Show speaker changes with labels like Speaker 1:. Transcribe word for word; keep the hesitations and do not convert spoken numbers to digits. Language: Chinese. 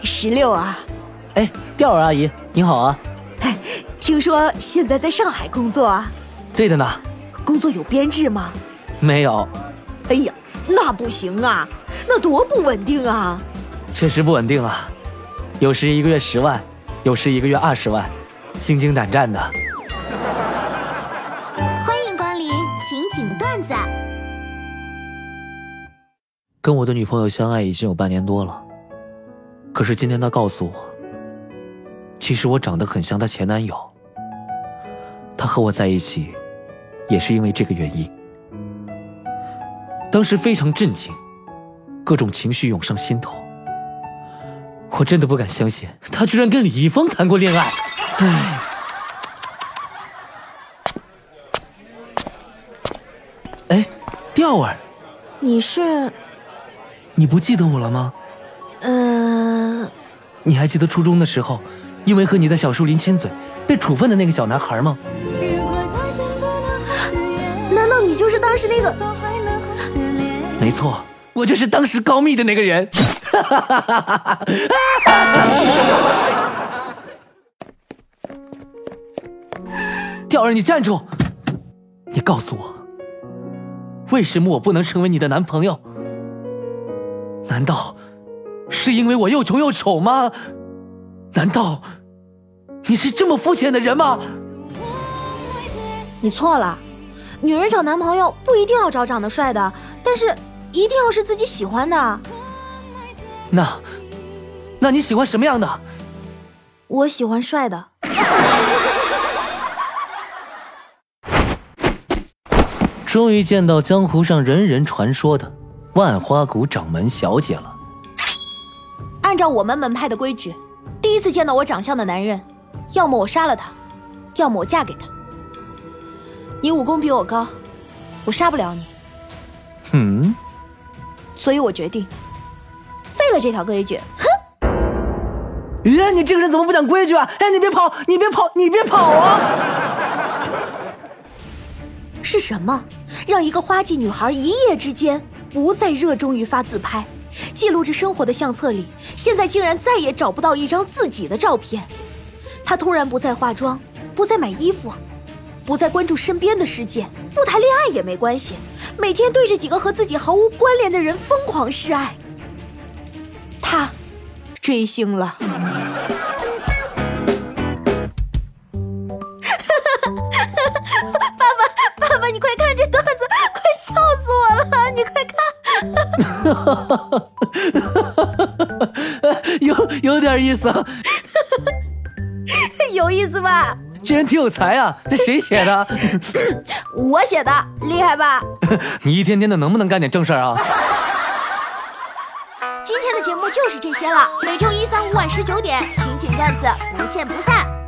Speaker 1: 石榴啊。
Speaker 2: 哎，钓儿阿姨您好啊。
Speaker 1: 哎，听说现在在上海工作啊？
Speaker 2: 对的呢。
Speaker 1: 工作有编制吗？
Speaker 2: 没有。
Speaker 1: 哎呀，那不行啊，那多不稳定啊。
Speaker 2: 确实不稳定啊，有时一个月十万，有时一个月二十万，心惊胆战的。
Speaker 3: 欢迎光临情景段子。
Speaker 2: 跟我的女朋友相爱已经有半年多了，可是今天她告诉我，其实我长得很像她前男友。她和我在一起也是因为这个原因。当时非常震惊，各种情绪涌上心头。我真的不敢相信，她居然跟李易峰谈过恋爱。唉，哎，钓儿，
Speaker 1: 你是？
Speaker 2: 你不记得我了吗？
Speaker 1: 呃，
Speaker 2: 你还记得初中的时候，因为和你在小树林亲嘴被处分的那个小男孩吗？
Speaker 1: 难道你就是当时那个？
Speaker 2: 没错，我就是当时告密的那个人。钓儿，你站住！你告诉我，为什么我不能成为你的男朋友？难道是因为我又穷又丑吗？难道你是这么肤浅的人吗？
Speaker 1: 你错了，女人找男朋友不一定要找长得帅的，但是一定要是自己喜欢的。
Speaker 2: 那，那你喜欢什么样的？
Speaker 1: 我喜欢帅的。
Speaker 2: 终于见到江湖上人人传说的万花谷掌门小姐了。
Speaker 1: 按照我们门派的规矩，第一次见到我长相的男人，要么我杀了他，要么我嫁给他。你武功比我高，我杀不了你。
Speaker 2: 嗯，
Speaker 1: 所以我决定废了这条规矩。哼！
Speaker 2: 哎，你这个人怎么不讲规矩啊？哎，你别跑，你别跑，你别跑啊！
Speaker 1: 是什么让一个花季女孩一夜之间不再热衷于发自拍，记录着生活的相册里，现在竟然再也找不到一张自己的照片？她突然不再化妆，不再买衣服，不再关注身边的世界，不谈恋爱也没关系，每天对着几个和自己毫无关联的人疯狂示爱。她追星了。爸爸，爸爸，你快看这段子，快笑死我了！你快
Speaker 2: 看，有有点意思啊，
Speaker 1: 有意思吧？
Speaker 2: 这人挺有才啊，这谁写的？
Speaker 1: 我写的，厉害吧？
Speaker 2: 你一天天的能不能干点正事儿啊？
Speaker 3: 今天的节目就是这些了，每周一、三、五晚十九点，情景段子不见不散。